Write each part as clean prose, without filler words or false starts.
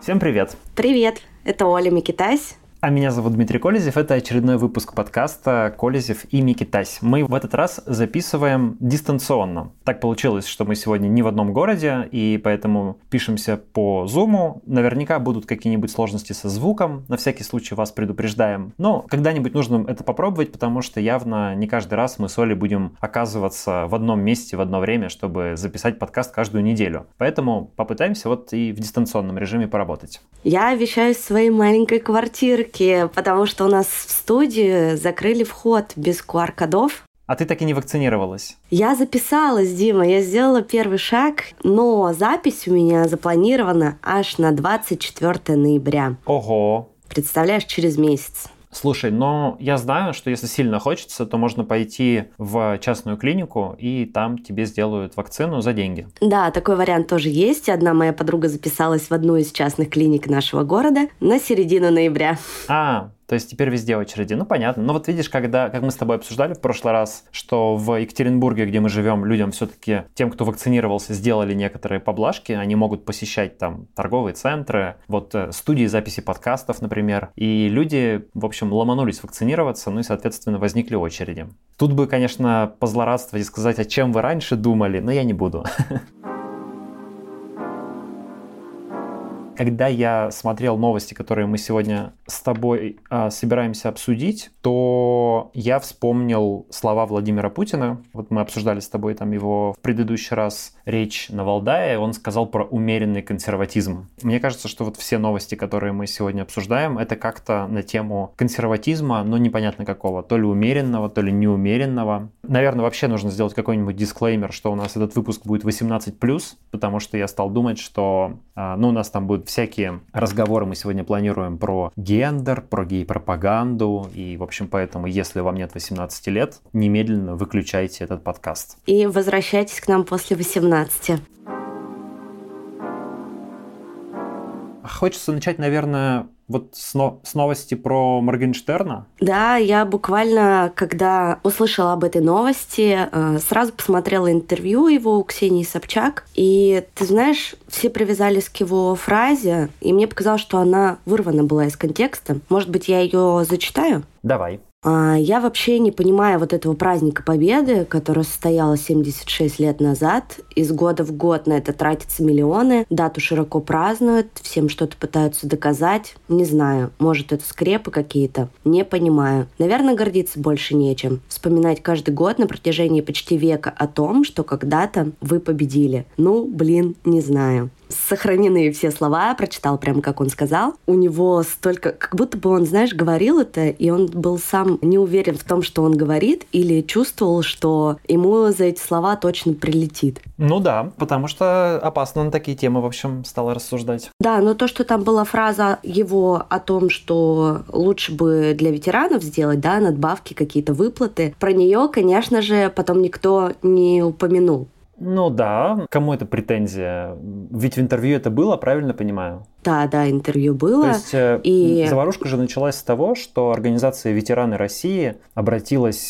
Всем привет! Привет, это Оля Микитась. А меня зовут Дмитрий Колезев. Это очередной выпуск подкаста «Колезев и Микитась». Мы в этот раз записываем дистанционно. Так получилось, что мы сегодня не в одном городе, и поэтому пишемся по Zoom. Наверняка будут какие-нибудь сложности со звуком. На всякий случай вас предупреждаем. Но когда-нибудь нужно это попробовать, потому что явно не каждый раз мы с Олей будем оказываться в одном месте в одно время, чтобы записать подкаст каждую неделю. Поэтому попытаемся вот и в дистанционном режиме поработать. Я вещаю в своей маленькой квартирке, потому что у нас в студии закрыли вход без QR-кодов. А ты так и не вакцинировалась? Я записалась, Дима, я сделала первый шаг, но запись у меня запланирована аж на 24 ноября. Ого! Представляешь, через месяц. Слушай, но я знаю, что если сильно хочется, то можно пойти в частную клинику, и там тебе сделают вакцину за деньги. Да, такой вариант тоже есть. Одна моя подруга записалась в одну из частных клиник нашего города на середину ноября. То есть теперь везде очереди. Ну, понятно. Но вот видишь, как мы с тобой обсуждали в прошлый раз, что в Екатеринбурге, где мы живем, людям все-таки, тем, кто вакцинировался, сделали некоторые поблажки. Они могут посещать там торговые центры, студии записи подкастов, например. И люди, в общем, ломанулись вакцинироваться, ну и, соответственно, возникли очереди. Тут бы, конечно, позлорадствовать и сказать, о чем вы раньше думали, но я не буду. Когда я смотрел новости, которые мы сегодня с тобой собираемся обсудить, то я вспомнил слова Владимира Путина. Вот мы обсуждали с тобой там его в предыдущий раз речь на Валдае. Он сказал про умеренный консерватизм. Мне кажется, что вот все новости, которые мы сегодня обсуждаем, это как-то на тему консерватизма, но непонятно какого. То ли умеренного, то ли неумеренного. Наверное, вообще нужно сделать какой-нибудь дисклеймер, что у нас этот выпуск будет 18+, потому что я стал думать, что у нас там будут всякие разговоры. Мы сегодня планируем про гендер, про гей-пропаганду. И, в общем, поэтому, если вам нет 18 лет, немедленно выключайте этот подкаст. И возвращайтесь к нам после 18. Хочется начать, наверное, с новости про Моргенштерна. Да, я буквально, когда услышала об этой новости, сразу посмотрела интервью его у Ксении Собчак. И, ты знаешь, все привязались к его фразе, и мне показалось, что она вырвана была из контекста. Может быть, я ее зачитаю? Давай. Я вообще не понимаю вот этого праздника Победы, который состоялся 76 лет назад. Из года в год на это тратятся миллионы. Дату широко празднуют, всем что-то пытаются доказать. Не знаю, может, это скрепы какие-то. Не понимаю. Наверное, гордиться больше нечем. Вспоминать каждый год на протяжении почти века о том, что когда-то вы победили. Не знаю. Сохранены все слова, прочитал прямо, как он сказал. У него столько... Как будто бы он, знаешь, говорил это, и он был сам не уверен в том, что он говорит, или чувствовал, что ему за эти слова точно прилетит. Ну да, потому что опасно на такие темы, в общем, стало рассуждать. Да, но то, что там была фраза его о том, что лучше бы для ветеранов сделать, да, надбавки, какие-то выплаты, про нее, конечно же, потом никто не упомянул. Ну да, кому это претензия? Ведь в интервью это было, правильно понимаю? Да, интервью было. То есть заварушка же началась с того, что организация «Ветераны России» обратилась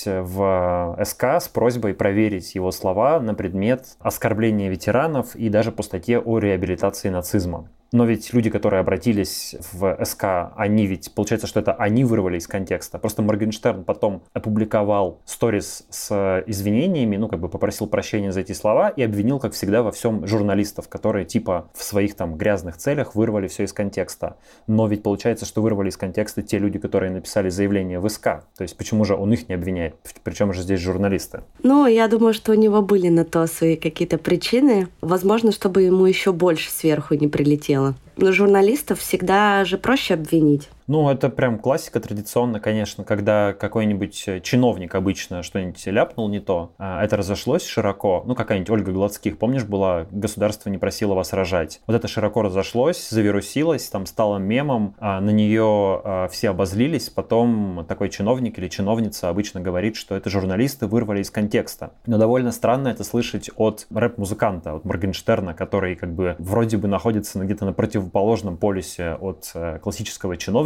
в СК с просьбой проверить его слова на предмет оскорбления ветеранов и даже по статье о реабилитации нацизма. Но ведь люди, которые обратились в СК, получается, что это они вырвали из контекста. Просто Моргенштерн потом опубликовал сторис с извинениями, попросил прощения за эти слова и обвинил, как всегда, во всем журналистов, которые в своих там грязных целях вырвали все из контекста. Но ведь получается, что вырвали из контекста те люди, которые написали заявление в СК. То есть почему же он их не обвиняет? Причем же здесь журналисты? Я думаю, что у него были на то свои какие-то причины. Возможно, чтобы ему еще больше сверху не прилетело. Но журналистов всегда же проще обвинить. Это прям классика традиционно, конечно, когда какой-нибудь чиновник обычно что-нибудь ляпнул не то, это разошлось широко. Какая-нибудь Ольга Гладских, помнишь, была «Государство не просило вас рожать». Вот это широко разошлось, завирусилось, там стало мемом, на нее все обозлились, потом такой чиновник или чиновница обычно говорит, что это журналисты вырвали из контекста. Но довольно странно это слышать от рэп-музыканта, от Моргенштерна, который вроде бы находится где-то на противоположном полюсе от классического чиновника,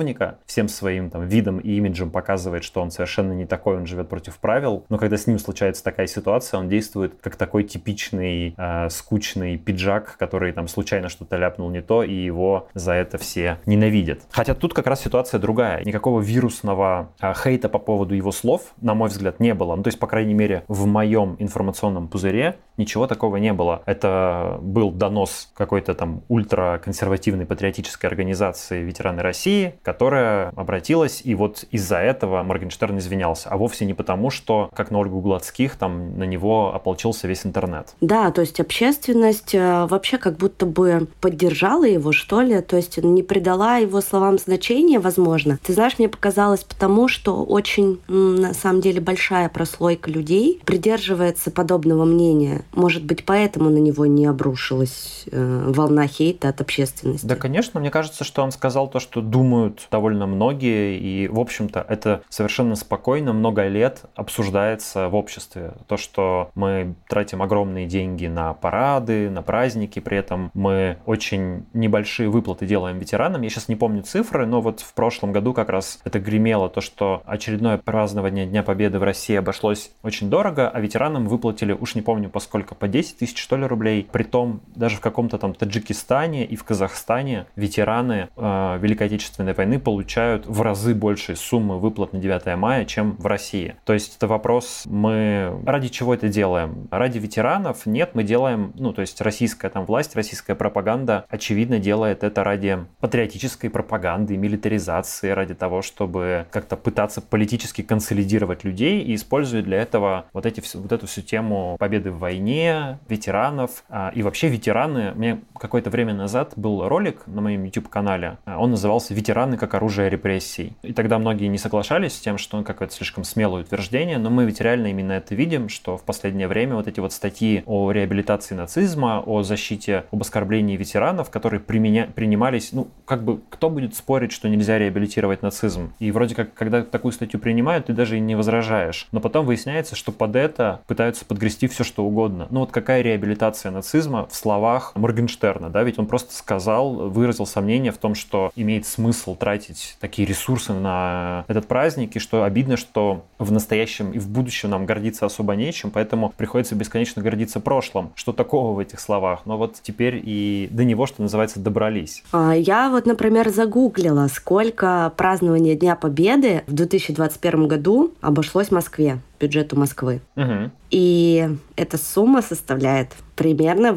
противника, всем своим там видом и имиджем показывает, что он совершенно не такой, он живет против правил, но когда с ним случается такая ситуация, он действует как такой типичный скучный пиджак, который там случайно что-то ляпнул не то, и его за это все ненавидят. Хотя тут как раз ситуация другая. Никакого вирусного хейта по поводу его слов, на мой взгляд, не было. Ну, то есть, по крайней мере, в моем информационном пузыре ничего такого не было. Это был донос какой-то там ультраконсервативной патриотической организации «Ветераны России», которая обратилась, и вот из-за этого Моргенштерн извинялся. А вовсе не потому, что, как на Ольгу Гладских, там на него ополчился весь интернет. Да, то есть общественность вообще как будто бы поддержала его, что ли, то есть не придала его словам значения, возможно. Ты знаешь, мне показалось потому, что очень, на самом деле, большая прослойка людей придерживается подобного мнения. Может быть, поэтому на него не обрушилась волна хейта от общественности. Да, конечно. Мне кажется, что он сказал то, что думают довольно многие, и, в общем-то, это совершенно спокойно много лет обсуждается в обществе. То, что мы тратим огромные деньги на парады, на праздники, при этом мы очень небольшие выплаты делаем ветеранам. Я сейчас не помню цифры, но вот в прошлом году как раз это гремело, то, что очередное празднование Дня Победы в России обошлось очень дорого, а ветеранам выплатили, уж не помню по сколько, по 10 тысяч, что ли, рублей. Притом даже в каком-то там Таджикистане и в Казахстане ветераны Великой Отечественной войны получают в разы большие суммы выплат на 9 мая, чем в России. То есть это вопрос, мы ради чего это делаем? Ради ветеранов? Нет, мы делаем, то есть российская там власть, российская пропаганда, очевидно, делает это ради патриотической пропаганды, милитаризации, ради того, чтобы как-то пытаться политически консолидировать людей, и использует для этого вот эту всю тему победы в войне, ветеранов. И вообще ветераны, мне какое-то время назад был ролик на моем YouTube-канале, он назывался «Ветераны как оружие репрессий». И тогда многие не соглашались с тем, что он какое-то слишком смелое утверждение, но мы ведь реально именно это видим, что в последнее время вот эти вот статьи о реабилитации нацизма, о защите, об оскорблении ветеранов, которые принимались, кто будет спорить, что нельзя реабилитировать нацизм? И вроде как, когда такую статью принимают, ты даже и не возражаешь. Но потом выясняется, что под это пытаются подгрести все, что угодно. Вот какая реабилитация нацизма в словах Моргенштерна, да? Ведь он просто выразил сомнение в том, что имеет смысл тратить такие ресурсы на этот праздник, и что обидно, что в настоящем и в будущем нам гордиться особо нечем, поэтому приходится бесконечно гордиться прошлым. Что такого в этих словах? Но вот теперь и до него, что называется, добрались. Я вот, например, загуглила, сколько празднование Дня Победы в 2021 году обошлось Москве, бюджету Москвы. Угу. И эта сумма составляет примерно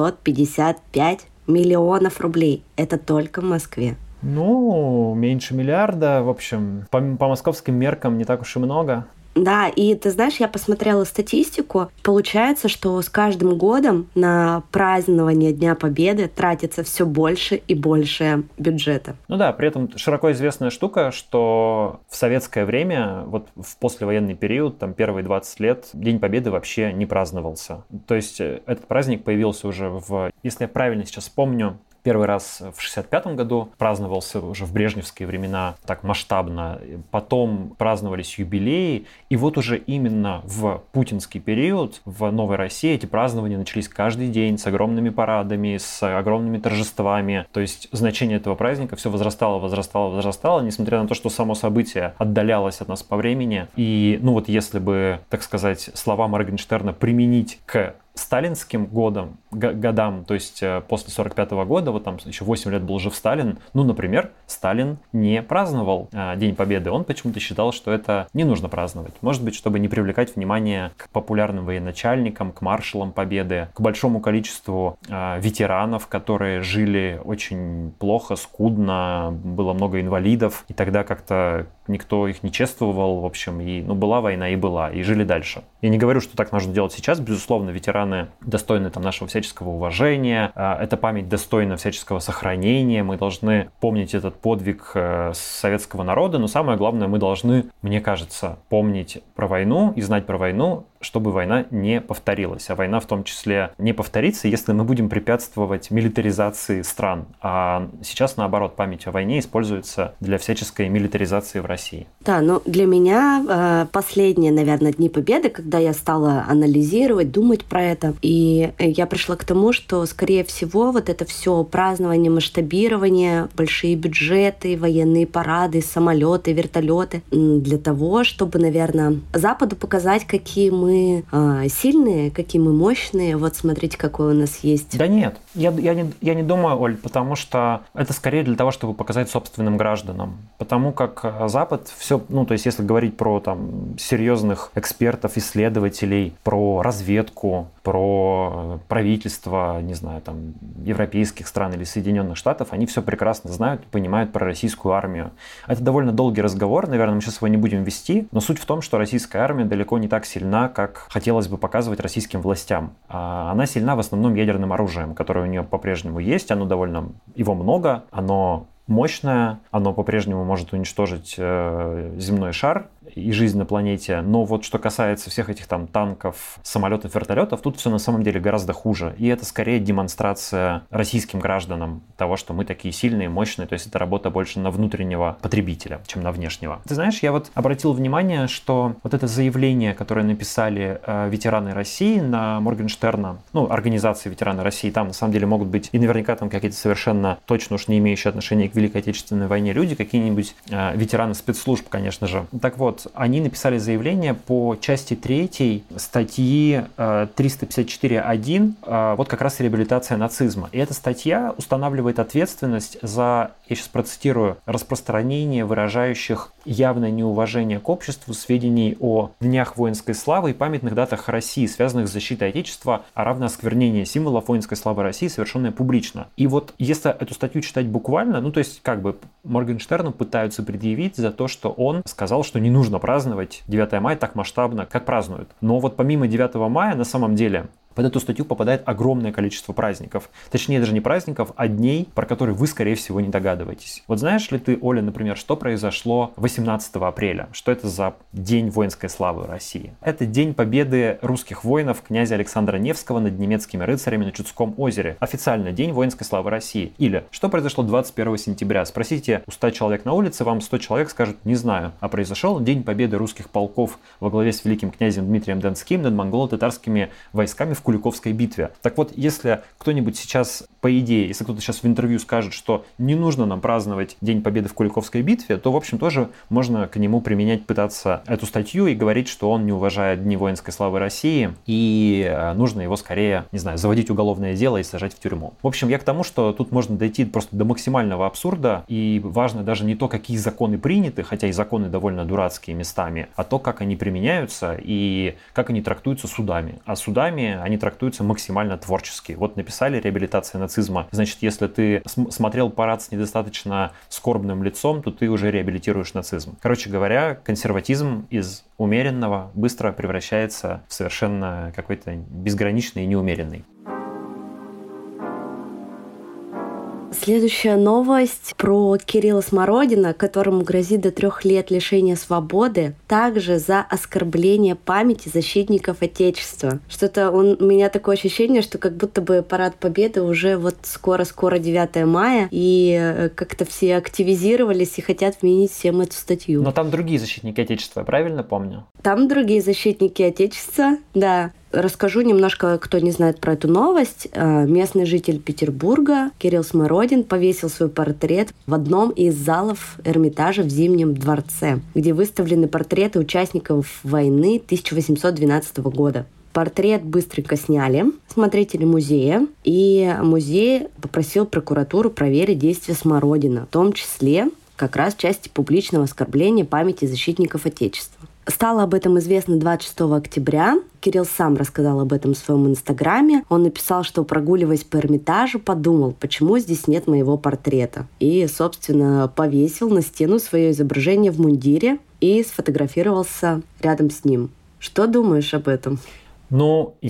855 миллионов рублей. Это только в Москве. Меньше миллиарда, в общем, по московским меркам не так уж и много. Да, и ты знаешь, я посмотрела статистику. Получается, что с каждым годом на празднование Дня Победы тратится все больше и больше бюджета. При этом широко известная штука, что в советское время, вот в послевоенный период, там первые 20 лет, День Победы вообще не праздновался. То есть этот праздник появился уже если я правильно сейчас помню, первый раз в 1965 году, праздновался уже в брежневские времена так масштабно. Потом праздновались юбилеи. И вот уже именно в путинский период в Новой России эти празднования начались каждый день с огромными парадами, с огромными торжествами. То есть значение этого праздника все возрастало, несмотря на то, что само событие отдалялось от нас по времени. И если бы, так сказать, слова Моргенштерна применить к сталинским годам, то есть после 1945 года, вот там еще 8 лет был жив Сталин, например, Сталин не праздновал День Победы. Он почему-то считал, что это не нужно праздновать. Может быть, чтобы не привлекать внимание к популярным военачальникам, к маршалам Победы, к большому количеству ветеранов, которые жили очень плохо, скудно, было много инвалидов, и тогда как-то никто их не чествовал, в общем, и была война и была, и жили дальше. Я не говорю, что так нужно делать сейчас, безусловно, ветераны достойны нашего всяческого уважения, эта память достойна всяческого сохранения, мы должны помнить этот подвиг советского народа, но самое главное, мы должны, мне кажется, помнить про войну и знать про войну чтобы война не повторилась. А война в том числе не повторится, если мы будем препятствовать милитаризации стран. А сейчас, наоборот, память о войне используется для всяческой милитаризации в России. Да, но для меня последние, наверное, Дни Победы, когда я стала анализировать, думать про это, и я пришла к тому, что, скорее всего, вот это все празднование, масштабирование, большие бюджеты, военные парады, самолеты, вертолеты, для того, чтобы, наверное, Западу показать, какие мы сильные, какие мы мощные. Вот смотрите, какой у нас есть. Да нет, я не думаю, Оль, потому что это скорее для того, чтобы показать собственным гражданам. Потому как Запад все, то есть если говорить про серьезных экспертов, исследователей, про разведку, про правительство, не знаю, европейских стран или Соединенных Штатов, они все прекрасно знают и понимают про российскую армию. Это довольно долгий разговор, наверное, мы сейчас его не будем вести, но суть в том, что российская армия далеко не так сильна, как хотелось бы показывать российским властям. Она сильна в основном ядерным оружием, которое у нее по-прежнему есть, его много, оно мощное, оно по-прежнему может уничтожить земной шар и жизнь на планете. Но вот что касается всех этих танков, самолетов, вертолетов, тут все на самом деле гораздо хуже. И это скорее демонстрация российским гражданам того, что мы такие сильные, мощные. То есть это работа больше на внутреннего потребителя, чем на внешнего. Ты знаешь, я обратил внимание, что вот это заявление, которое написали ветераны России на Моргенштерна, организации ветераны России, там на самом деле могут быть и наверняка там какие-то совершенно точно уж не имеющие отношения к Великой Отечественной войне люди, какие-нибудь ветераны спецслужб, конечно же. Так вот, они написали заявление по части 3 статьи 354.1, вот как раз реабилитация нацизма. И эта статья устанавливает ответственность за, я сейчас процитирую, распространение выражающих явное неуважение к обществу сведений о днях воинской славы и памятных датах России, связанных с защитой Отечества, а равно осквернение символов воинской славы России, совершенное публично. И вот если эту статью читать буквально, то есть Моргенштерну пытаются предъявить за то, что он сказал, что не нужно праздновать 9 мая так масштабно, как празднуют. Но вот помимо 9 мая на самом деле под эту статью попадает огромное количество праздников. Точнее, даже не праздников, а дней, про которые вы, скорее всего, не догадываетесь. Вот знаешь ли ты, Оля, например, что произошло 18 апреля? Что это за День воинской славы России? Это День победы русских воинов князя Александра Невского над немецкими рыцарями на Чудском озере. Официально День воинской славы России. Или что произошло 21 сентября? Спросите у 100 человек на улице, вам 100 человек скажут «не знаю». А произошел День победы русских полков во главе с великим князем Дмитрием Донским над монголо-татарскими войсками в Куликовской битве. Так вот, если кто-нибудь сейчас, по идее, если кто-то сейчас в интервью скажет, что не нужно нам праздновать День Победы в Куликовской битве, то, в общем, тоже можно к нему применять, пытаться эту статью и говорить, что он не уважает Дни воинской славы России и нужно его скорее, не знаю, заводить уголовное дело и сажать в тюрьму. В общем, я к тому, что тут можно дойти просто до максимального абсурда, и важно даже не то, какие законы приняты, хотя и законы довольно дурацкие местами, а то, как они применяются и как они трактуются судами. А судами они трактуются максимально творчески. Вот написали реабилитация нацизма. Значит, если ты смотрел парад с недостаточно скорбным лицом, то ты уже реабилитируешь нацизм. Короче говоря, консерватизм из умеренного быстро превращается в совершенно какой-то безграничный и неумеренный. Следующая новость про Кирилла Смородина, которому грозит до 3 лет лишения свободы, также за оскорбление памяти защитников Отечества. Что-то у меня такое ощущение, что как будто бы Парад Победы уже вот скоро-скоро 9 мая, и как-то все активизировались и хотят вменить всем эту статью. Но там другие защитники Отечества, я правильно помню? Там другие защитники Отечества, да. Расскажу немножко, кто не знает про эту новость. Местный житель Петербурга Кирилл Смородин повесил свой портрет в одном из залов Эрмитажа в Зимнем дворце, где выставлены портреты участников войны 1812 года. Портрет быстренько сняли смотрители музея, и музей попросил прокуратуру проверить действия Смородина, в том числе как раз в части публичного оскорбления памяти защитников Отечества. Стало об этом известно 26 октября. Кирилл сам рассказал об этом в своем инстаграме. Он написал, что, прогуливаясь по Эрмитажу, подумал, почему здесь нет моего портрета. И, собственно, повесил на стену свое изображение в мундире и сфотографировался рядом с ним. Что думаешь об этом? Ну, я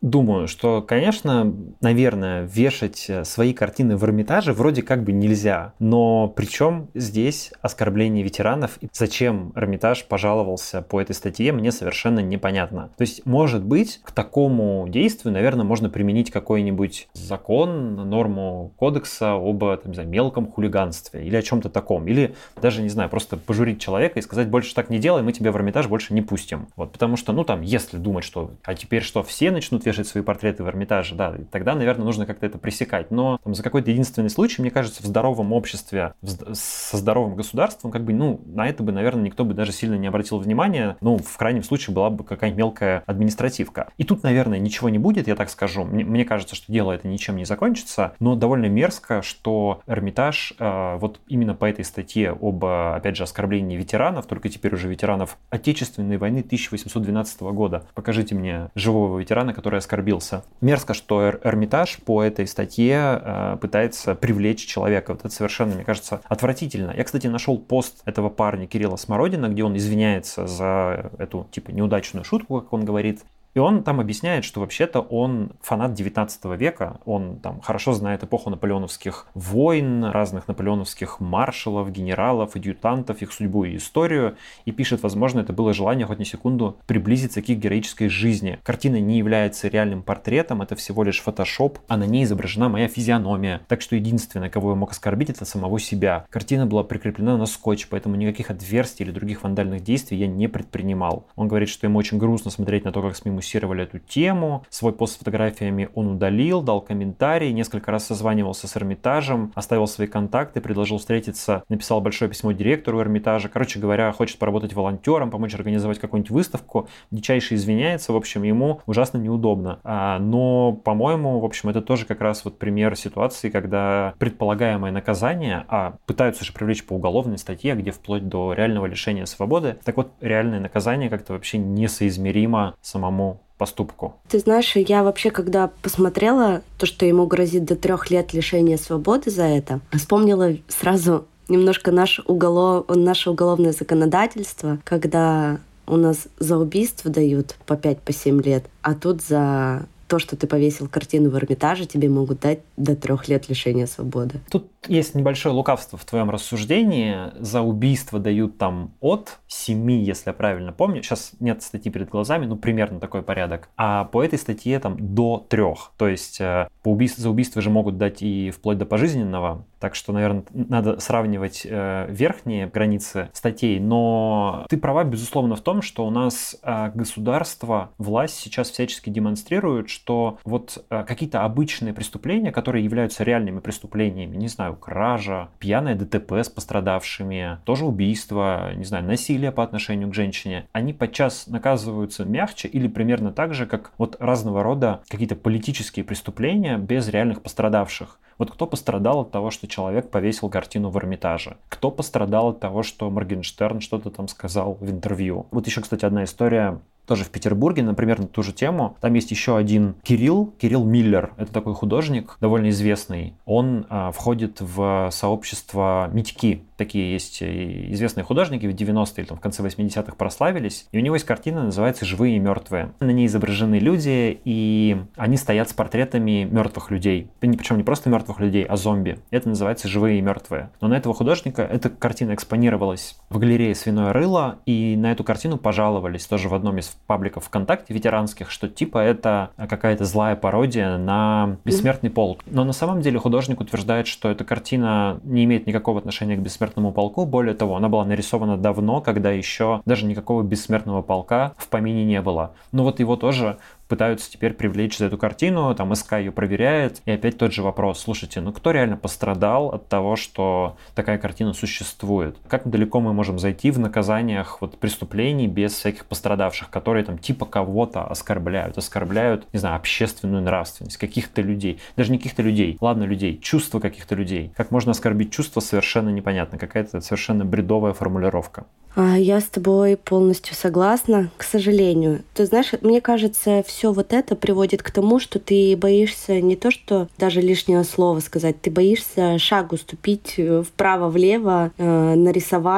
думаю, что, конечно, наверное, вешать свои картины в Эрмитаже вроде как бы нельзя. Но причем здесь оскорбление ветеранов? И зачем Эрмитаж пожаловался по этой статье, мне совершенно непонятно. То есть, может быть, к такому действию, наверное, можно применить какой-нибудь закон, норму кодекса об, там, не знаю, мелком хулиганстве или о чем-то таком. Или даже, не знаю, просто пожурить человека и сказать: больше так не делай, мы тебя в Эрмитаж больше не пустим. Вот, потому что, ну, там, если думать, что, а теперь что, все начнут вешать свои портреты в Эрмитаже, да, тогда, наверное, нужно как-то это пресекать. Но там, за какой-то единственный случай, мне кажется, в здоровом обществе, со здоровым государством, как бы, ну, на это бы, наверное, никто бы даже сильно не обратил внимания. Ну, в крайнем случае была бы какая-нибудь мелкая административка. И тут, наверное, ничего не будет, я так скажу. Мне кажется, что дело это ничем не закончится, но довольно мерзко, что Эрмитаж вот именно по этой статье об, опять же, оскорблении ветеранов, только теперь уже ветеранов Отечественной войны 1812 года. Покажите мне живого ветерана, который оскорбился. Мерзко, что Эрмитаж по этой статье пытается привлечь человека. Вот это совершенно, мне кажется, отвратительно. Я, кстати, нашел пост этого парня Кирилла Смородина, где он извиняется за эту, типа, неудачную шутку, как он говорит. И он там объясняет, что вообще-то он фанат 19 века, он там хорошо знает эпоху наполеоновских войн, разных наполеоновских маршалов, генералов, адъютантов, их судьбу и историю, и пишет: возможно, это было желание хоть на секунду приблизиться к их героической жизни. Картина не является реальным портретом, это всего лишь фотошоп, а на ней изображена моя физиономия. Так что единственное, кого я мог оскорбить, это самого себя. Картина была прикреплена на скотч, поэтому никаких отверстий или других вандальных действий я не предпринимал. Он говорит, что ему очень грустно смотреть на то, как СМИ муссировали эту тему. Свой пост с фотографиями он удалил, дал комментарий, несколько раз созванивался с Эрмитажем, оставил свои контакты, предложил встретиться, написал большое письмо директору Эрмитажа. Короче говоря, хочет поработать волонтером, помочь организовать какую-нибудь выставку. Дичайше извиняется, в общем, ему ужасно неудобно. Но, по-моему, в общем, это тоже как раз вот пример ситуации, когда предполагаемое наказание, пытаются же привлечь по уголовной статье, где вплоть до реального лишения свободы, так вот, реальное наказание как-то вообще несоизмеримо самому поступку. Ты знаешь, я вообще, когда посмотрела то, что ему грозит до 3 лет лишения свободы за это, вспомнила сразу немножко наше уголовное законодательство, когда у нас за убийство дают по 5-7 лет, а тут за то, что ты повесил картину в Эрмитаже, тебе могут дать до 3 лет лишения свободы. Тут есть небольшое лукавство в твоем рассуждении. За убийство дают там от 7, если я правильно помню. Сейчас нет статьи перед глазами, ну примерно такой порядок. А по этой статье там до 3. То есть за убийство же могут дать и вплоть до пожизненного. Так что, наверное, надо сравнивать верхние границы статей. Но ты права, безусловно, в том, что у нас государство, власть сейчас всячески демонстрирует, что вот какие-то обычные преступления, которые являются реальными преступлениями, не знаю, кража, пьяное ДТП с пострадавшими, тоже убийство, не знаю, насилие по отношению к женщине, они подчас наказываются мягче или примерно так же, как вот разного рода какие-то политические преступления без реальных пострадавших. Вот кто пострадал от того, что человек повесил картину в Эрмитаже? Кто пострадал от того, что Моргенштерн что-то там сказал в интервью? Вот еще, кстати, одна история тоже в Петербурге, например, на ту же тему. Там есть еще один Кирилл Миллер. Это такой художник, довольно известный. Он входит в сообщество Митьки. Такие есть известные художники в 90-е или там, в конце 80-х прославились. И у него есть картина, называется «Живые и мертвые». На ней изображены люди, и они стоят с портретами мертвых людей. Причем не просто мертвых людей, а зомби. Это называется «Живые и мертвые». Но на этого художника эта картина экспонировалась в галерее «Свиное рыло», и на эту картину пожаловались тоже в одном из пабликов ВКонтакте ветеранских, что типа это какая-то злая пародия на «Бессмертный полк». Но на самом деле художник утверждает, что эта картина не имеет никакого отношения к «Бессмертному полку». Более того, она была нарисована давно, когда еще даже никакого «Бессмертного полка» в помине не было. Но вот его тоже пытаются теперь привлечь за эту картину, там СК ее проверяет, и опять тот же вопрос: слушайте, ну кто реально пострадал от того, что такая картина существует? Как далеко мы можем зайти в наказаниях вот преступлений без всяких пострадавших, которые там типа кого-то оскорбляют, не знаю, общественную нравственность, каких-то людей, даже не каких-то людей, ладно, людей, чувства каких-то людей. Как можно оскорбить чувства, совершенно непонятно, какая-то совершенно бредовая формулировка. Я с тобой полностью согласна, к сожалению. Ты знаешь, мне кажется, все вот это приводит к тому, что ты боишься не то, что даже лишнего слова сказать, ты боишься шагу ступить вправо-влево, нарисовать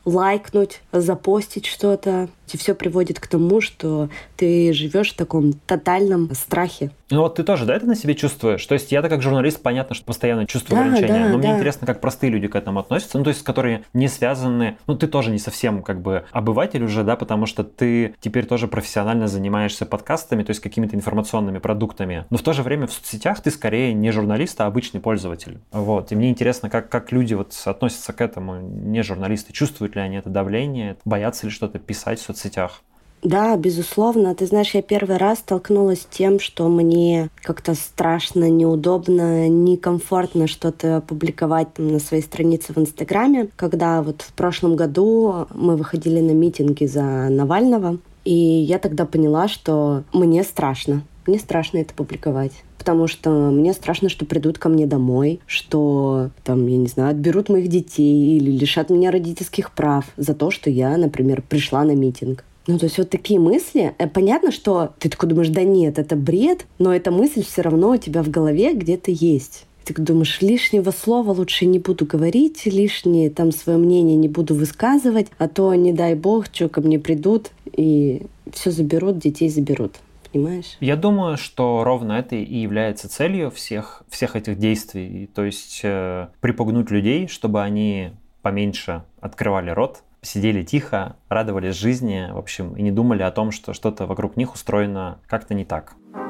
лайкнуть, запостить что-то. И все приводит к тому, что ты живешь в таком тотальном страхе. Ну вот ты тоже, да, это на себе чувствуешь? То есть я-то как журналист, понятно, что постоянно чувствую ограничения, но мне интересно, как простые люди к этому относятся, ну то есть которые не связаны, ну ты тоже не совсем как бы обыватель уже, да, потому что ты теперь тоже профессионально занимаешься подкастами, то есть какими-то информационными продуктами, но в то же время в соцсетях ты скорее не журналист, а обычный пользователь. Вот, и мне интересно, как люди вот относятся к этому, не журналисты, чувствуют ли они это давление, боятся ли что-то писать в соцсетях? Да, безусловно. Ты знаешь, я первый раз столкнулась с тем, что мне как-то страшно, неудобно, некомфортно что-то публиковать на своей странице в Инстаграме, когда вот в прошлом году мы выходили на митинги за Навального, и я тогда поняла, что мне страшно. Мне страшно это публиковать. Потому что мне страшно, что придут ко мне домой, что, там, я не знаю, отберут моих детей или лишат меня родительских прав за то, что я, например, пришла на митинг. Ну, то есть вот такие мысли. Понятно, что ты такой думаешь, да нет, это бред, но эта мысль все равно у тебя в голове где-то есть. Ты думаешь, лишнего слова лучше не буду говорить, лишнее там свое мнение не буду высказывать, а то, не дай бог, что ко мне придут и все заберут, детей заберут. Понимаешь? Я думаю, что ровно это и является целью всех этих действий. То есть припугнуть людей, чтобы они поменьше открывали рот, сидели тихо, радовались жизни, в общем, и не думали о том, что что-то вокруг них устроено как-то не так.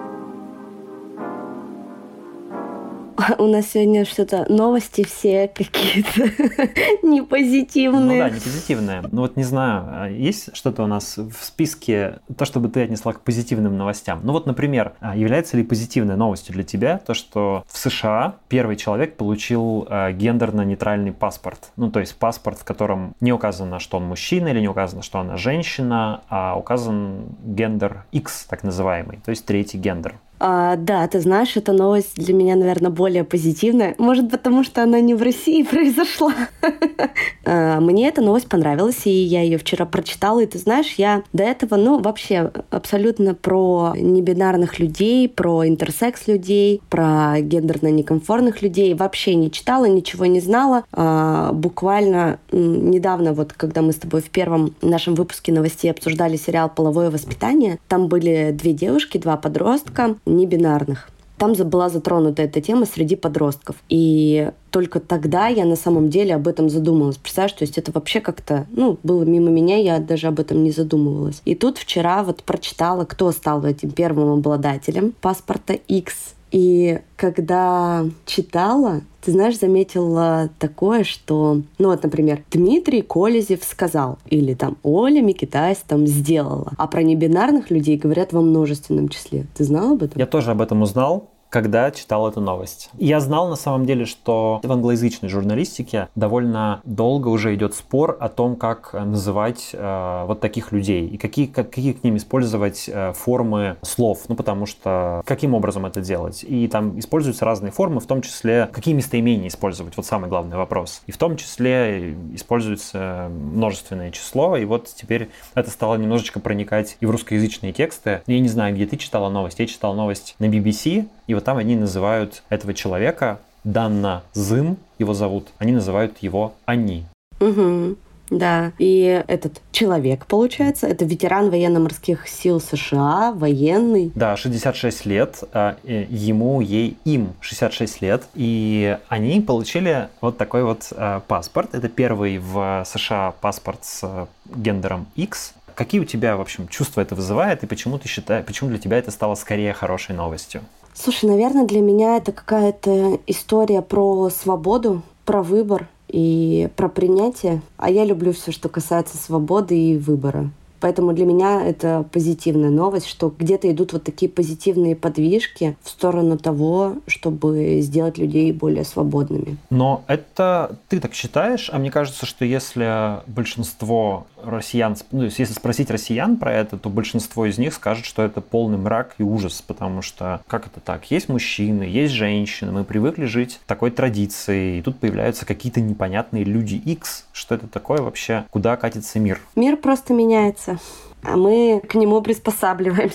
У нас сегодня что-то новости все какие-то непозитивные. Ну да, непозитивные. Ну вот не знаю, есть что-то у нас в списке, то, чтобы ты отнесла к позитивным новостям? Ну вот, например, является ли позитивной новостью для тебя то, что в США первый человек получил гендерно-нейтральный паспорт? Ну то есть паспорт, в котором не указано, что он мужчина или не указано, что она женщина, а указан гендер X, так называемый, то есть третий гендер. Да, ты знаешь, эта новость для меня, наверное, более позитивная. Может, потому что она не в России произошла. Мне эта новость понравилась, и я ее вчера прочитала. И ты знаешь, я до этого, вообще абсолютно про небинарных людей, про интерсекс людей, про гендерно-некомфортных людей вообще не читала, ничего не знала. Буквально недавно, вот когда мы с тобой в первом нашем выпуске новостей обсуждали сериал «Половое воспитание», там были 2 девушки, 2 подростка, небинарных. Там была затронута эта тема среди подростков. И только тогда я на самом деле об этом задумалась. Представляешь, то есть это вообще как-то, было мимо меня, я даже об этом не задумывалась. И тут вчера вот прочитала, кто стал этим первым обладателем паспорта X. И когда читала, ты знаешь, заметила такое, что, например, Дмитрий Колезев сказал, или там Оля Микитась там сделала. А про небинарных людей говорят во множественном числе. Ты знал об этом? Я тоже об этом узнал, когда читал эту новость. Я знал на самом деле, что в англоязычной журналистике довольно долго уже идет спор о том, как называть вот таких людей и какие к ним использовать формы слов, потому что каким образом это делать. И там используются разные формы, в том числе какие местоимения использовать, вот самый главный вопрос. И в том числе используется множественное число, и вот теперь это стало немножечко проникать и в русскоязычные тексты. Я не знаю, где ты читала новость. Я читал новость на BBC, и вот там они называют этого человека, Данна Зым его зовут, они называют его Они. Угу, да. И этот человек, получается, это ветеран военно-морских сил США, военный. Да, 66 лет, им 66 лет, и они получили вот такой вот паспорт. Это первый в США паспорт с гендером X. Какие у тебя, в общем, чувства это вызывает, и почему для тебя это стало скорее хорошей новостью? Слушай, наверное, для меня это какая-то история про свободу, про выбор и про принятие. А я люблю все, что касается свободы и выбора. Поэтому для меня это позитивная новость, что где-то идут вот такие позитивные подвижки в сторону того, чтобы сделать людей более свободными. Но это ты так считаешь? А мне кажется, что если большинство россиян, если спросить россиян про это, то большинство из них скажет, что это полный мрак и ужас, потому что как это так? Есть мужчины, есть женщины, мы привыкли жить такой традицией, и тут появляются какие-то непонятные люди X. Что это такое вообще? Куда катится мир? Мир просто меняется, а мы к нему приспосабливаемся.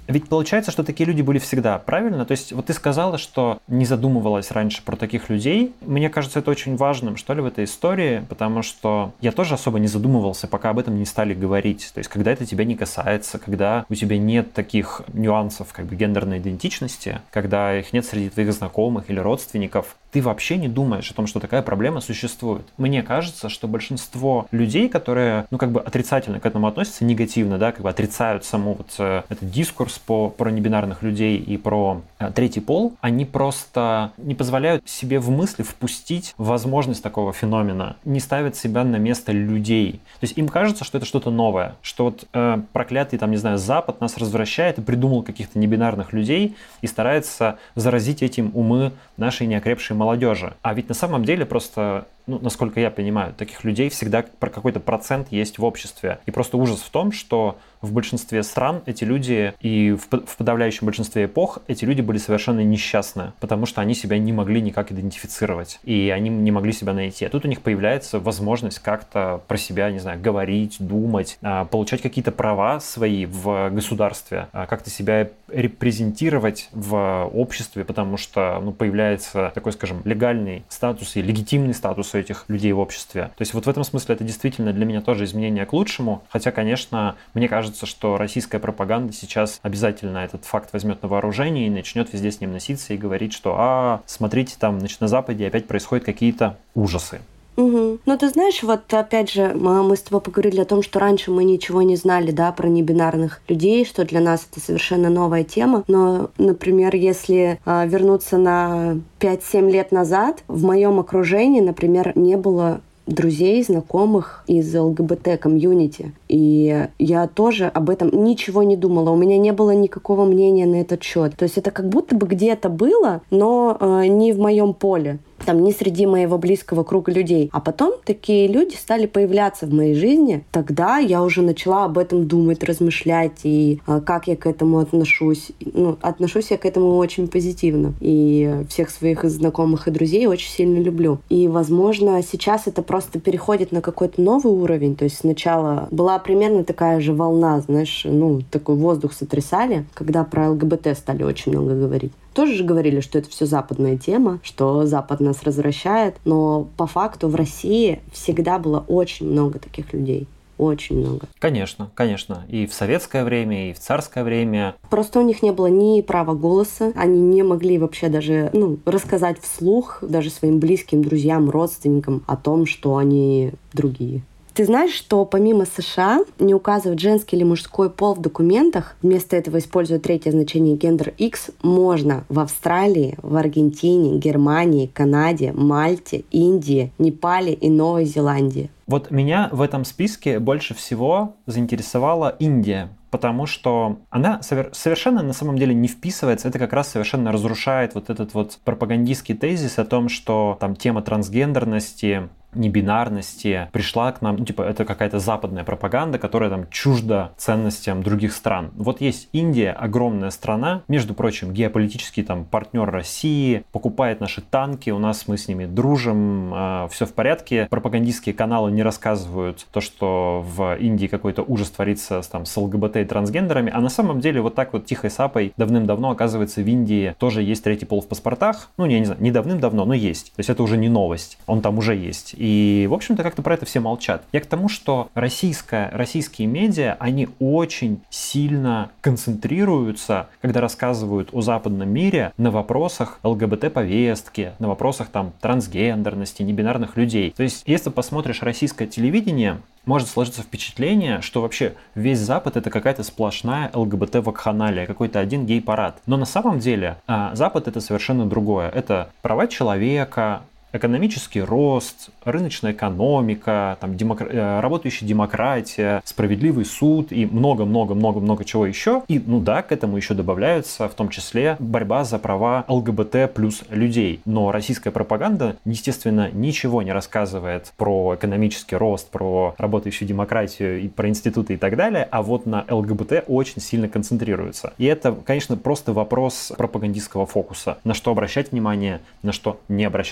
ведь получается, что такие люди были всегда, правильно? То есть вот ты сказала, что не задумывалась раньше про таких людей. Мне кажется, это очень важным, что ли, в этой истории, потому что я тоже особо не задумывался, пока об этом не стали говорить. То есть когда это тебя не касается, когда у тебя нет таких нюансов как бы гендерной идентичности, когда их нет среди твоих знакомых или родственников, ты вообще не думаешь о том, что такая проблема существует. Мне кажется, что большинство людей, которые, как бы отрицательно к этому относятся, негативно, да, как бы отрицают саму вот этот дискурс про небинарных людей и про третий пол, они просто не позволяют себе в мысли впустить возможность такого феномена, не ставят себя на место людей. То есть им кажется, что это что-то новое, что вот проклятый, там, не знаю, Запад нас развращает и придумал каких-то небинарных людей и старается заразить этим умы нашей неокрепшей молодежи. А ведь на самом деле просто, насколько я понимаю, таких людей всегда какой-то процент есть в обществе. И просто ужас в том, что в большинстве стран эти люди и в подавляющем большинстве эпох эти люди были совершенно несчастны, потому что они себя не могли никак идентифицировать, и они не могли себя найти. А тут у них появляется возможность как-то про себя, не знаю, говорить, думать, получать какие-то права свои в государстве, как-то себя репрезентировать в обществе, потому что появляется такой, скажем, легальный статус и легитимный статус у этих людей в обществе. То есть вот в этом смысле это действительно для меня тоже изменение к лучшему, хотя, конечно, мне кажется, что российская пропаганда сейчас обязательно этот факт возьмет на вооружение и начнет везде с ним носиться и говорить, что смотрите, там, на Западе опять происходят какие-то ужасы. Угу. Ты знаешь, вот опять же, мы с тобой поговорили о том, что раньше мы ничего не знали, да, про небинарных людей, что для нас это совершенно новая тема. Но, например, если вернуться на 5-7 лет назад, в моем окружении, например, не было друзей, знакомых из ЛГБТ-комьюнити. И я тоже об этом ничего не думала. У меня не было никакого мнения на этот счет. То есть это как будто бы где-то было, но не в моем поле. Там, не среди моего близкого круга людей. А потом такие люди стали появляться в моей жизни. Тогда я уже начала об этом думать, размышлять, и как я к этому отношусь. Отношусь я к этому очень позитивно. И всех своих знакомых и друзей очень сильно люблю. И, возможно, сейчас это просто переходит на какой-то новый уровень. То есть сначала была примерно такая же волна, знаешь, такой воздух сотрясали, когда про ЛГБТ стали очень много говорить. Тоже же говорили, что это все западная тема, что Запад нас развращает, но по факту в России всегда было очень много таких людей. Очень много. Конечно, конечно. И в советское время, и в царское время. Просто у них не было ни права голоса, они не могли вообще даже рассказать вслух даже своим близким, друзьям, родственникам о том, что они другие. Ты знаешь, что помимо США не указывать женский или мужской пол в документах, вместо этого используя третье значение гендер X, можно в Австралии, в Аргентине, Германии, Канаде, Мальте, Индии, Непале и Новой Зеландии. Вот меня в этом списке больше всего заинтересовала Индия, потому что она совершенно на самом деле не вписывается, это как раз совершенно разрушает вот этот вот пропагандистский тезис о том, что там тема трансгендерности, небинарности пришла к нам, это какая-то западная пропаганда, которая там чужда ценностям других стран. Вот есть Индия, огромная страна, между прочим, геополитический там партнер России, покупает наши танки, у нас мы с ними дружим, все в порядке. Пропагандистские каналы не рассказывают то, что в Индии какой-то ужас творится с ЛГБТ и трансгендерами, а на самом деле вот так вот тихой сапой давным-давно, оказывается, в Индии тоже есть третий пол в паспортах. Я не знаю, не давным-давно, но есть. То есть это уже не новость, он там уже есть. И, в общем-то, как-то про это все молчат. Я к тому, что российские медиа, они очень сильно концентрируются, когда рассказывают о западном мире, на вопросах ЛГБТ-повестки, на вопросах там трансгендерности, небинарных людей. То есть, если посмотришь российское телевидение, может сложиться впечатление, что вообще весь Запад это какая-то сплошная ЛГБТ-вакханалия, какой-то один гей-парад. Но на самом деле Запад это совершенно другое. Это права человека, экономический рост, рыночная экономика, там, работающая демократия, справедливый суд и много-много-много-много чего еще. И, к этому еще добавляется в том числе борьба за права ЛГБТ плюс людей. Но российская пропаганда, естественно, ничего не рассказывает про экономический рост, про работающую демократию и про институты и так далее, а вот на ЛГБТ очень сильно концентрируется. И это, конечно, просто вопрос пропагандистского фокуса. На что обращать внимание, на что не обращать внимания.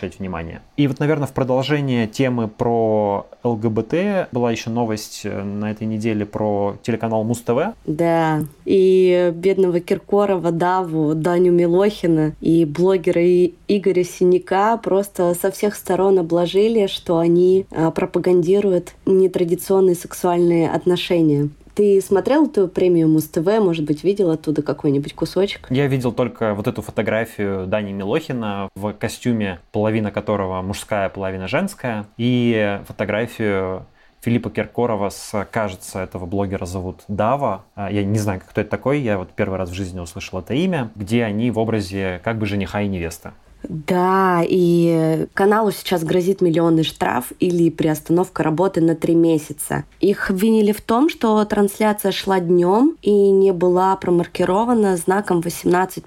образования. И вот, наверное, в продолжение темы про ЛГБТ была еще новость на этой неделе про телеканал Муз-ТВ. Да, и бедного Киркорова, Даву, Даню Милохина и блогера Игоря Синяка просто со всех сторон обложили, что они пропагандируют нетрадиционные сексуальные отношения. Ты смотрел эту премию Муз-ТВ? Может быть, видел оттуда какой-нибудь кусочек? Я видел только вот эту фотографию Дани Милохина в костюме, половина которого мужская, половина женская, и фотографию Филиппа Киркорова кажется, этого блогера зовут Дава. Я не знаю, кто это такой, я вот первый раз в жизни услышал это имя, где они в образе как бы жениха и невесты. Да, и каналу сейчас грозит миллионный штраф или приостановка работы на 3 месяца. Их обвинили в том, что трансляция шла днем и не была промаркирована знаком 18+.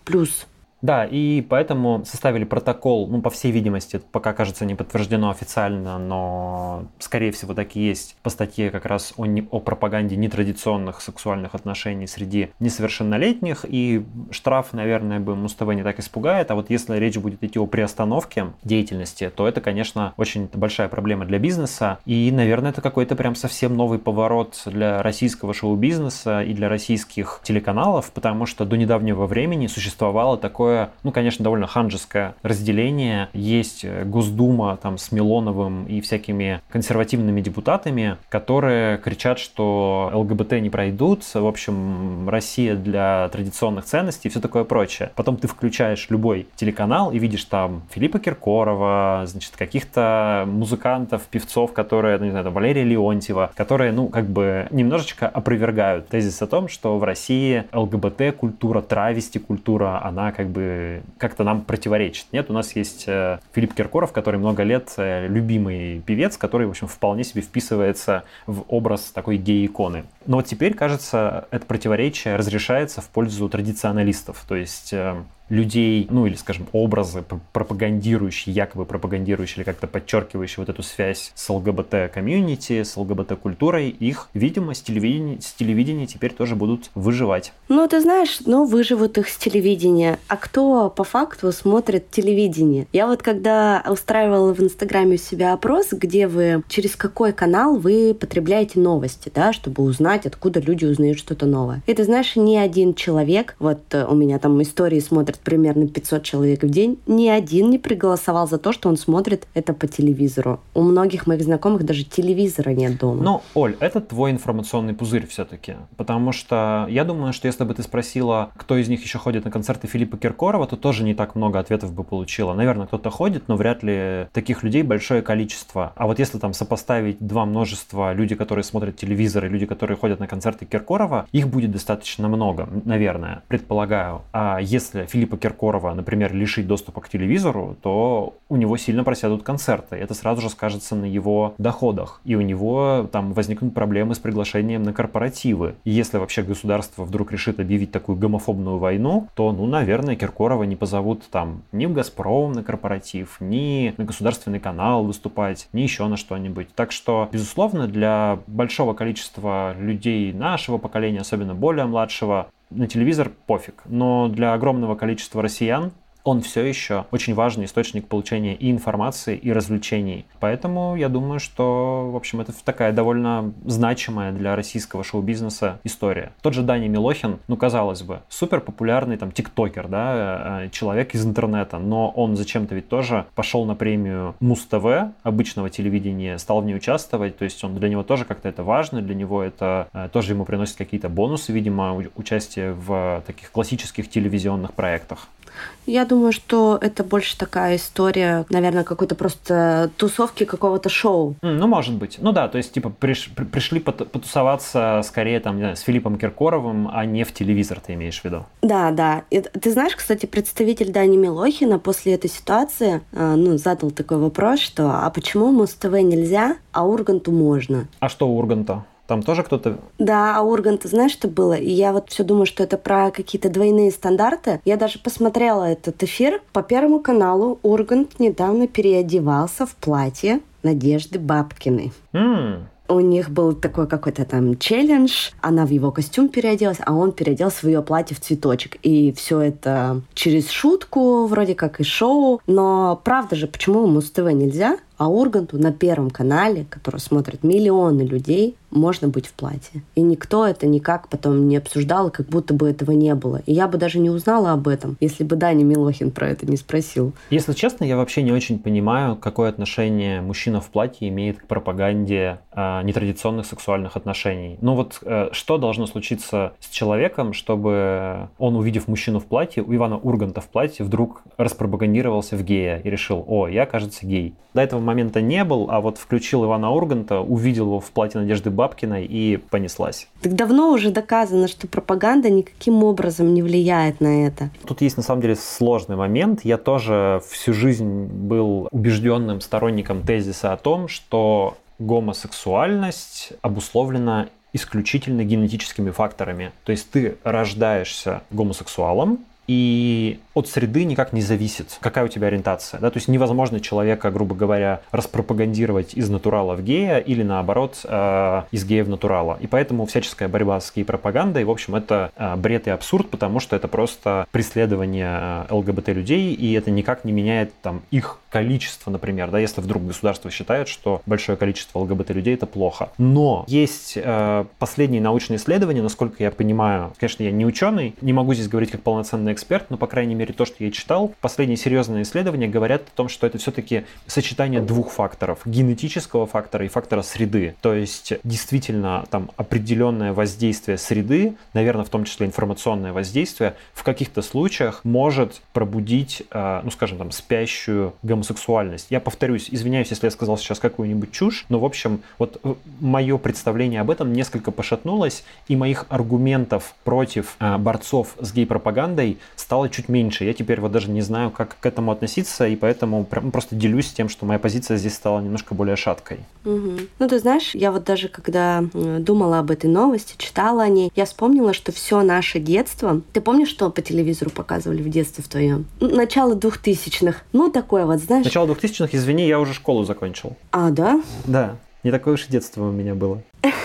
Да, и поэтому составили протокол, по всей видимости, это пока, кажется, не подтверждено официально, но, скорее всего, так и есть по статье как раз о пропаганде нетрадиционных сексуальных отношений среди несовершеннолетних, и штраф, наверное, бы Муз-ТВ не так испугает, а вот если речь будет идти о приостановке деятельности, то это, конечно, очень большая проблема для бизнеса, и, наверное, это какой-то прям совсем новый поворот для российского шоу-бизнеса и для российских телеканалов, потому что до недавнего времени существовало такое, конечно, довольно ханжеское разделение. Есть Госдума там с Милоновым и всякими консервативными депутатами, которые кричат, что ЛГБТ не пройдут, в общем, Россия для традиционных ценностей и все такое прочее. Потом ты включаешь любой телеканал и видишь там Филиппа Киркорова, значит, каких-то музыкантов, певцов, которые, не знаю, Валерия Леонтьева, которые, немножечко опровергают тезис о том, что в России ЛГБТ-культура, травести-культура, она как-то нам противоречит. Нет, у нас есть Филипп Киркоров, который много лет любимый певец, который, в общем, вполне себе вписывается в образ такой гей-иконы. Но вот теперь, кажется, это противоречие разрешается в пользу традиционалистов, то есть людей, или, скажем, образы, якобы пропагандирующие или как-то подчеркивающие вот эту связь с ЛГБТ-комьюнити, с ЛГБТ-культурой, их, видимо, с телевидения теперь тоже будут выживать. Ты знаешь, выживут их с телевидения. А кто по факту смотрит телевидение? Я вот когда устраивала в Инстаграме у себя опрос, где через какой канал вы потребляете новости, да, чтобы узнать, откуда люди узнают что-то новое. И ты знаешь, ни один человек, вот у меня там истории смотрят примерно 500 человек в день, ни один не проголосовал за то, что он смотрит это по телевизору. У многих моих знакомых даже телевизора нет дома. Оль, это твой информационный пузырь все-таки, потому что я думаю, что если бы ты спросила, кто из них еще ходит на концерты Филиппа Киркорова, то тоже не так много ответов бы получила. Наверное, кто-то ходит, но вряд ли таких людей большое количество. А вот если там сопоставить два множества, люди, которые смотрят телевизор, и люди, которые ходят на концерты Киркорова, их будет достаточно много, наверное, предполагаю. А если Филиппа Киркорова, например, лишить доступа к телевизору, то у него сильно просядут концерты. Это сразу же скажется на его доходах. И у него там возникнут проблемы с приглашением на корпоративы. И если вообще государство вдруг решит объявить такую гомофобную войну, то, наверное, Киркорова не позовут там ни в «Газпром» на корпоратив, ни на государственный канал выступать, ни еще на что-нибудь. Так что, безусловно, для большого количества людей нашего поколения, особенно более младшего, на телевизор пофиг. Но для огромного количества россиян он все еще очень важный источник получения и информации, и развлечений. Поэтому я думаю, что, в общем, это такая довольно значимая для российского шоу-бизнеса история. Тот же Даня Милохин, казалось бы, супер популярный там тиктокер, да, человек из интернета, но он зачем-то ведь тоже пошел на премию Муз-ТВ, обычного телевидения, стал в ней участвовать, то есть для него тоже как-то это важно, для него это тоже ему приносит какие-то бонусы, видимо, участие в таких классических телевизионных проектах. Я думаю, что это больше такая история, наверное, какой-то просто тусовки какого-то шоу. Может быть. То есть, пришли потусоваться скорее там, не знаю, с Филиппом Киркоровым, а не в телевизор, ты имеешь в виду? Да. И, ты знаешь, кстати, представитель Дани Милохина после этой ситуации задал такой вопрос, что а почему Муз-ТВ нельзя, а Урганту можно? А что у Урганта? Там тоже кто-то... Да, а Ургант, знаешь, что было? И я вот все думаю, что это про какие-то двойные стандарты. Я даже посмотрела этот эфир. По Первому каналу Ургант недавно переодевался в платье Надежды Бабкиной. У них был такой какой-то там челлендж. Она в его костюм переоделась, а он переодел свое платье в цветочек. И все это через шутку, вроде как и шоу. Но правда же, почему Муз-ТВ нельзя? А Урганту на Первом канале, который смотрят миллионы людей, можно быть в платье. И никто это никак потом не обсуждал, как будто бы этого не было. И я бы даже не узнала об этом, если бы Даня Милохин про это не спросил. Если честно, я вообще не очень понимаю, какое отношение мужчина в платье имеет к пропаганде нетрадиционных сексуальных отношений. Ну вот что должно случиться с человеком, чтобы он, увидев мужчину в платье, у Ивана Урганта в платье, вдруг распропагандировался в гея и решил: о, я, кажется, гей. До этого момента не был, а вот включил Ивана Урганта, увидел его в платье Надежды Бабкиной и понеслась. Так давно уже доказано, что пропаганда никаким образом не влияет на это. Тут есть на самом деле сложный момент. Я тоже всю жизнь был убежденным сторонником тезиса о том, что гомосексуальность обусловлена исключительно генетическими факторами. То есть ты рождаешься гомосексуалом, и от среды никак не зависит, какая у тебя ориентация. Да? То есть невозможно человека, грубо говоря, распропагандировать из натурала в гея или наоборот из гея в натурала. И поэтому всяческая борьба с гей-пропагандой, в общем, это бред и абсурд, потому что это просто преследование ЛГБТ-людей, и это никак не меняет там их количество, например, да, если вдруг государство считает, что большое количество ЛГБТ-людей это плохо. Но есть последние научные исследования, насколько я понимаю, конечно, я не ученый, не могу здесь говорить как полноценный эксперт, но, по крайней мере, то, что я читал, последние серьезные исследования говорят о том, что это все-таки сочетание двух факторов: генетического фактора и фактора среды. То есть действительно там определенное воздействие среды, наверное, в том числе информационное воздействие, в каких-то случаях может пробудить, ну, скажем, там, спящую гомосексуальность. Я повторюсь, извиняюсь, если я сказал сейчас какую-нибудь чушь, но, в общем, вот мое представление об этом несколько пошатнулось, и моих аргументов против борцов с гей-пропагандой стало чуть меньше. Я теперь вот даже не знаю, как к этому относиться, и поэтому просто делюсь тем, что моя позиция здесь стала немножко более шаткой. Угу. Ну, ты знаешь, я вот даже когда думала об этой новости, читала о ней, я вспомнила, что все наше детство... Ты помнишь, что по телевизору показывали в детстве в твоем? Начало 2000-х. Ну, такое вот, знаешь... Начало 2000-х, извини, я уже школу закончил. А, да? Да. Не такое уж и детство у меня было.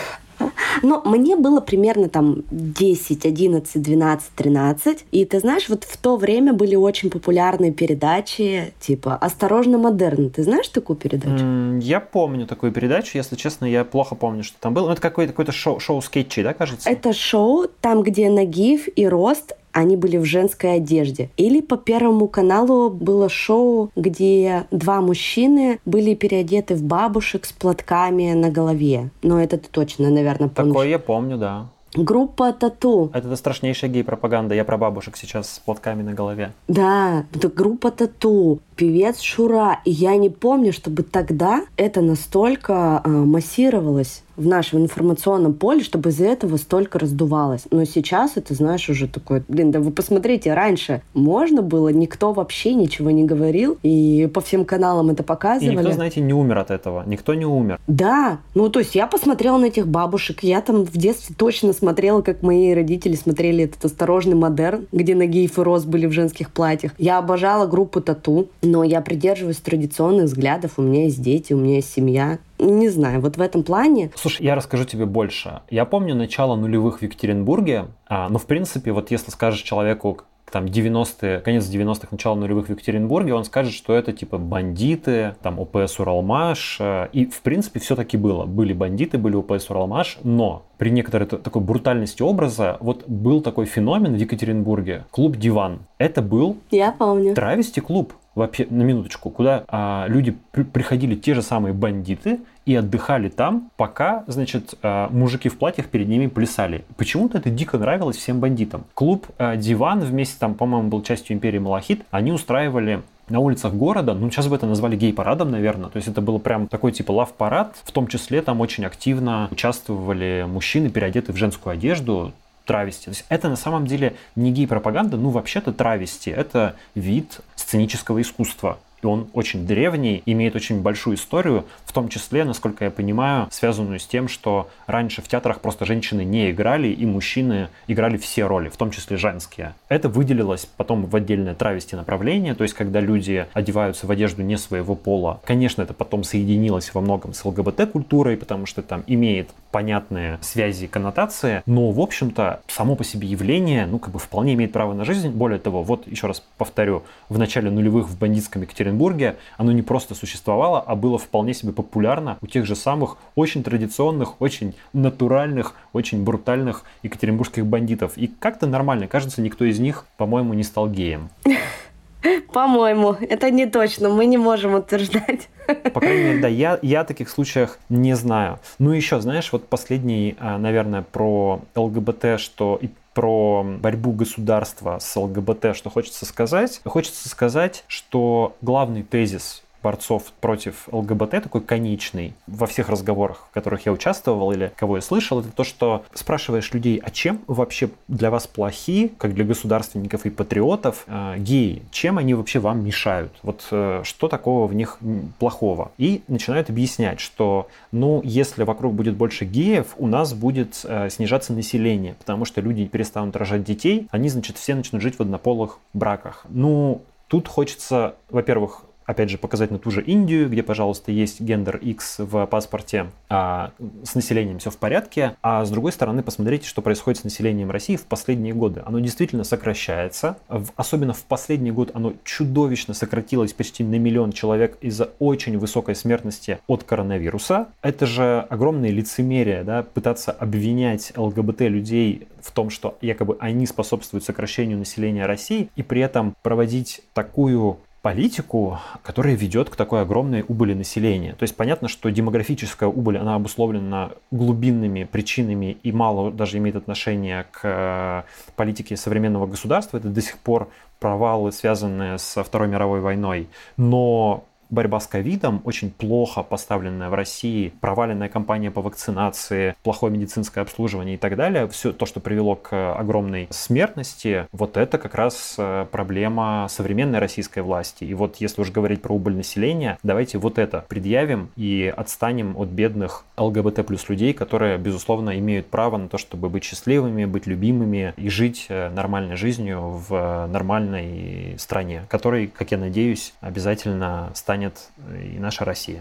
Но мне было примерно там 10, 11, 12, 13. И ты знаешь, вот в то время были очень популярные передачи типа «Осторожно, модерн». Ты знаешь такую передачу? Я помню такую передачу. Если честно, я плохо помню, что там было. Ну, это какое-то шоу скетчей, да, кажется? Это шоу, там, где Нагиев и Рост, они были в женской одежде. Или по Первому каналу было шоу, где два мужчины были переодеты в бабушек с платками на голове. Но это ты точно, наверное, помнишь. Такое я помню, да. Группа «Тату». Это страшнейшая гей-пропаганда. Я про бабушек сейчас с платками на голове. Да, это группа «Тату», певец Шура. И я не помню, чтобы тогда это настолько массировалось в нашем информационном поле, чтобы из-за этого столько раздувалось. Но сейчас это, знаешь, уже такое... Блин, да вы посмотрите, раньше можно было, никто вообще ничего не говорил, и по всем каналам это показывали. И никто, знаете, не умер от этого. Никто не умер. Да, ну то есть я посмотрела на этих бабушек, я там в детстве точно смотрела, как мои родители смотрели этот «Осторожный модерн», где Нагиев и Рост были в женских платьях. Я обожала группу «Тату», но я придерживаюсь традиционных взглядов, у меня есть дети, у меня есть семья. Не знаю, вот в этом плане... Слушай, я расскажу тебе больше. Я помню начало нулевых в Екатеринбурге, но в принципе, вот если скажешь человеку, там, 90-е, конец 90-х, начало нулевых в Екатеринбурге, он скажет, что это типа бандиты, там, ОПС «Уралмаш», и в принципе все-таки было. Были бандиты, были ОПС «Уралмаш», но при некоторой такой брутальности образа вот был такой феномен в Екатеринбурге, клуб «Диван». Это был... Я помню. Травести-клуб. Вообще, на минуточку, куда люди приходили, те же самые бандиты, и отдыхали там, пока, значит, мужики в платьях перед ними плясали. Почему-то это дико нравилось всем бандитам. Клуб «Диван» вместе, там, по-моему, был частью империи «Малахит», они устраивали на улицах города, ну, сейчас бы это назвали гей-парадом, наверное, то есть это было прям такой типа лав-парад, в том числе там очень активно участвовали мужчины, переодетые в женскую одежду, травести. То есть это на самом деле не гей-пропаганда, ну вообще-то травести. Это вид сценического искусства. и он очень древний, имеет очень большую историю, в том числе, насколько я понимаю, связанную с тем, что раньше в театрах просто женщины не играли, и мужчины играли все роли, в том числе женские. Это выделилось потом в отдельное травести направление, то есть когда люди одеваются в одежду не своего пола. Конечно, это потом соединилось во многом с ЛГБТ-культурой, потому что там имеет понятные связи и коннотации, но, в общем-то, само по себе явление, вполне имеет право на жизнь. Более того, вот еще раз повторю, в начале нулевых в бандитском Екатеринбурге оно не просто существовало, а было вполне себе популярно у тех же самых очень традиционных, очень натуральных, очень брутальных екатеринбургских бандитов. И как-то нормально, кажется, никто из них, по-моему, не стал геем. По-моему, это не точно, мы не можем утверждать. По крайней мере, да, я о таких случаях не знаю. Ну еще, знаешь, вот последний, наверное, про ЛГБТ, что и про борьбу государства с ЛГБТ, что хочется сказать. Хочется сказать, что главный тезис борцов против ЛГБТ, такой конечный, во всех разговорах, в которых я участвовал или кого я слышал, это то, что спрашиваешь людей, а чем вообще для вас плохи, как для государственников и патриотов, геи? Чем они вообще вам мешают? Вот что такого в них плохого? И начинают объяснять, что, если вокруг будет больше геев, у нас будет снижаться население, потому что люди перестанут рожать детей, они, все начнут жить в однополых браках. Тут хочется, во-первых, опять же, показать на ту же Индию, где, пожалуйста, есть гендер X в паспорте, а с населением все в порядке. А с другой стороны, посмотрите, что происходит с населением России в последние годы. Оно действительно сокращается. Особенно в последний год оно чудовищно сократилось почти на 1 миллион человек из-за очень высокой смертности от коронавируса. Это же огромное лицемерие, да, пытаться обвинять ЛГБТ-людей в том, что якобы они способствуют сокращению населения России, и при этом проводить такую политику, которая ведет к такой огромной убыли населения. То есть понятно, что демографическая убыль, она обусловлена глубинными причинами и мало даже имеет отношение к политике современного государства. Это до сих пор провалы, связанные со Второй мировой войной. Но борьба с ковидом очень плохо поставленная в России, проваленная кампания по вакцинации, плохое медицинское обслуживание и так далее, все то, что привело к огромной смертности, вот это как раз проблема современной российской власти. И вот если уж говорить про убыль населения, давайте вот это предъявим и отстанем от бедных ЛГБТ плюс людей, которые, безусловно, имеют право на то, чтобы быть счастливыми, быть любимыми и жить нормальной жизнью в нормальной стране, которой, как я надеюсь, обязательно станет и наша Россия.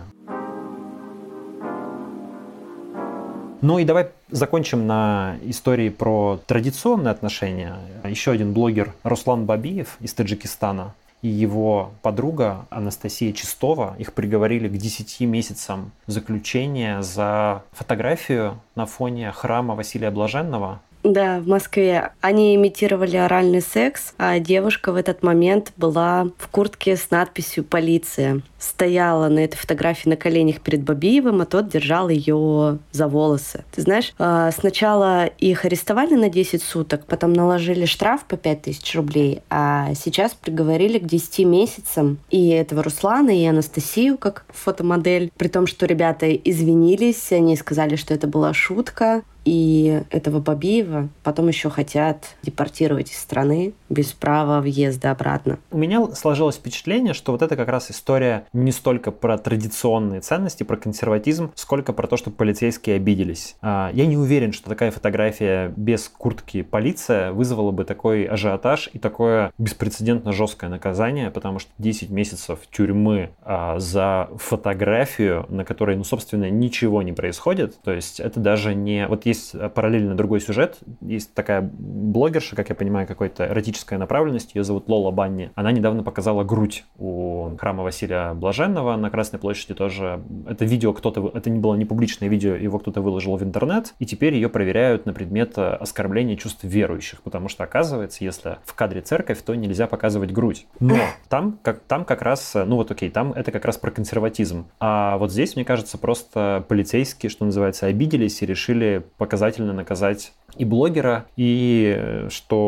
Ну и давай закончим на истории про традиционные отношения. Еще один блогер Руслан Бабиев из Таджикистана и его подруга Анастасия Чистова, их приговорили к 10 месяцам заключения за фотографию на фоне храма Василия Блаженного. Да, в Москве. Они имитировали оральный секс, а девушка в этот момент была в куртке с надписью «Полиция». Стояла на этой фотографии на коленях перед Бабиевым, а тот держал ее за волосы. Ты знаешь, сначала их арестовали на 10 суток, потом наложили штраф по 5000 рублей, а сейчас приговорили к 10 месяцам и этого Руслана, и Анастасию как фотомодель. При том, что ребята извинились, они сказали, что это была шутка. И этого Бабиева потом еще хотят депортировать из страны без права въезда обратно. У меня сложилось впечатление, что вот это как раз история не столько про традиционные ценности, про консерватизм, сколько про то, что полицейские обиделись. Я не уверен, что такая фотография без куртки «Полиция» вызвала бы такой ажиотаж и такое беспрецедентно жесткое наказание, потому что 10 месяцев тюрьмы за фотографию, на которой, собственно, ничего не происходит. То есть это даже не... Вот есть параллельно другой сюжет. Есть такая блогерша, как я понимаю, какой-то эротическая направленность. Ее зовут Лола Банни. Она недавно показала грудь у храма Василия Блаженного на Красной площади тоже. Это видео это не было не публичное видео, его кто-то выложил в интернет. И теперь ее проверяют на предмет оскорбления чувств верующих. Потому что, оказывается, если в кадре церковь, то нельзя показывать грудь. Но там как раз, там это как раз про консерватизм. А вот здесь, мне кажется, просто полицейские, что называется, обиделись и решили показательно наказать и блогера, и что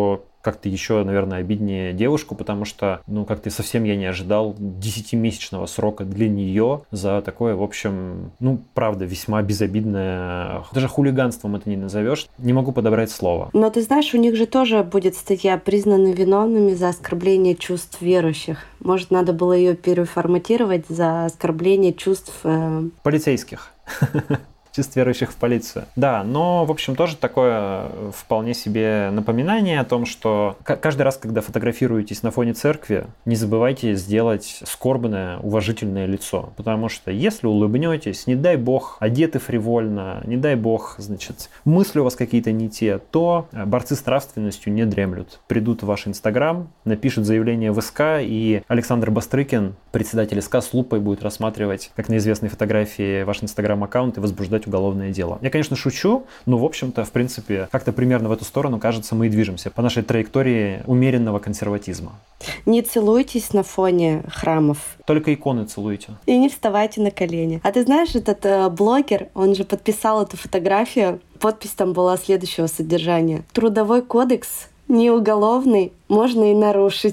как-то еще, наверное, обиднее девушку, потому что, как-то совсем я не ожидал 10-месячного срока для нее за такое, в общем, правда, весьма безобидное, даже хулиганством это не назовешь, не могу подобрать слово. Но ты знаешь, у них же тоже будет статья «Признаны виновными за оскорбление чувств верующих». Может, надо было ее переформатировать за оскорбление чувств... полицейских. Чувств верующих в полицию. Да, но, в общем, тоже такое вполне себе напоминание о том, что каждый раз, когда фотографируетесь на фоне церкви, не забывайте сделать скорбное, уважительное лицо. Потому что если улыбнетесь, не дай бог, одеты фривольно, не дай бог, значит, мысли у вас какие-то не те, то борцы с нравственностью не дремлют. Придут в ваш Инстаграм, напишут заявление в СК, и Александр Бастрыкин, председатель СК, с лупой будет рассматривать, как на известной фотографии, ваш Инстаграм-аккаунт и возбуждать уголовное дело. Я, конечно, шучу, но, в общем-то, в принципе, как-то примерно в эту сторону, кажется, мы и движемся по нашей траектории умеренного консерватизма. Не целуйтесь на фоне храмов. Только иконы целуйте. И не вставайте на колени. А ты знаешь, этот блогер, он же подписал эту фотографию. Подпись там была следующего содержания. Трудовой кодекс не уголовный, можно и нарушить.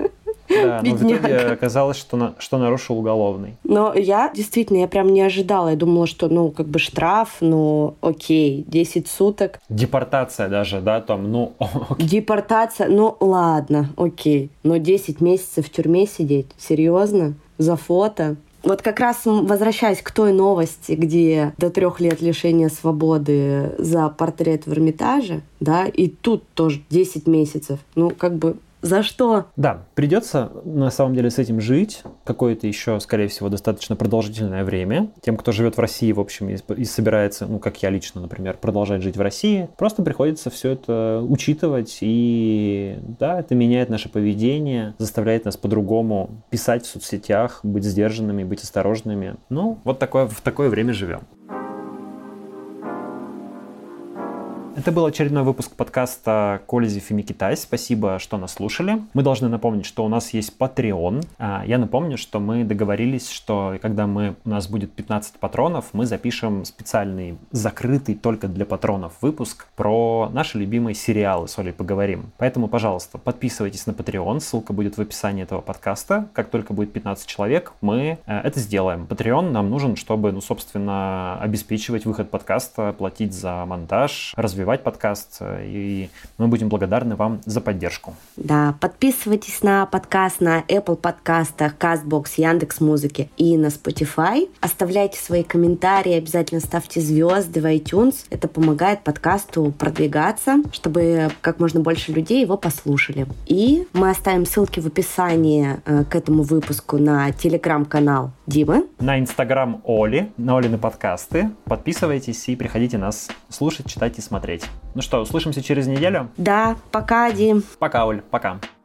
Да, но в итоге оказалось, что нарушил уголовный. Но я прям не ожидала. Я думала, что, штраф, окей, 10 суток. Депортация даже, да, там, Депортация, ладно, окей. Но 10 месяцев в тюрьме сидеть? Серьезно? За фото? Вот как раз возвращаясь к той новости, где до 3 лет лишения свободы за портрет в Эрмитаже, да, и тут тоже 10 месяцев. За что? Да, придется на самом деле с этим жить какое-то еще, скорее всего, достаточно продолжительное время. Тем, кто живет в России, в общем, и собирается, как я лично, например, продолжать жить в России, просто приходится все это учитывать. И да, это меняет наше поведение, заставляет нас по-другому писать в соцсетях, быть сдержанными, быть осторожными. В такое время живем. Это был очередной выпуск подкаста «Колезев и Микитась». Спасибо, что нас слушали. Мы должны напомнить, что у нас есть Patreon. Я напомню, что мы договорились, что когда у нас будет 15 патронов, мы запишем специальный, закрытый только для патронов выпуск про наши любимые сериалы с Олей поговорим. Поэтому, пожалуйста, подписывайтесь на Patreon. Ссылка будет в описании этого подкаста. Как только будет 15 человек, мы это сделаем. Patreon нам нужен, чтобы, собственно, обеспечивать выход подкаста, платить за монтаж, развивать подкаст, и мы будем благодарны вам за поддержку. Да, подписывайтесь на подкаст на Apple подкастах, CastBox, Яндекс.Музыке и на Spotify. Оставляйте свои комментарии, обязательно ставьте звезды в iTunes. Это помогает подкасту продвигаться, чтобы как можно больше людей его послушали. И мы оставим ссылки в описании к этому выпуску на телеграм-канал Димы, на Инстаграм Оли, на Олины подкасты. Подписывайтесь и приходите нас слушать, читать и смотреть. Ну что, услышимся через неделю? Да, пока, Дим. Пока, Оль, пока.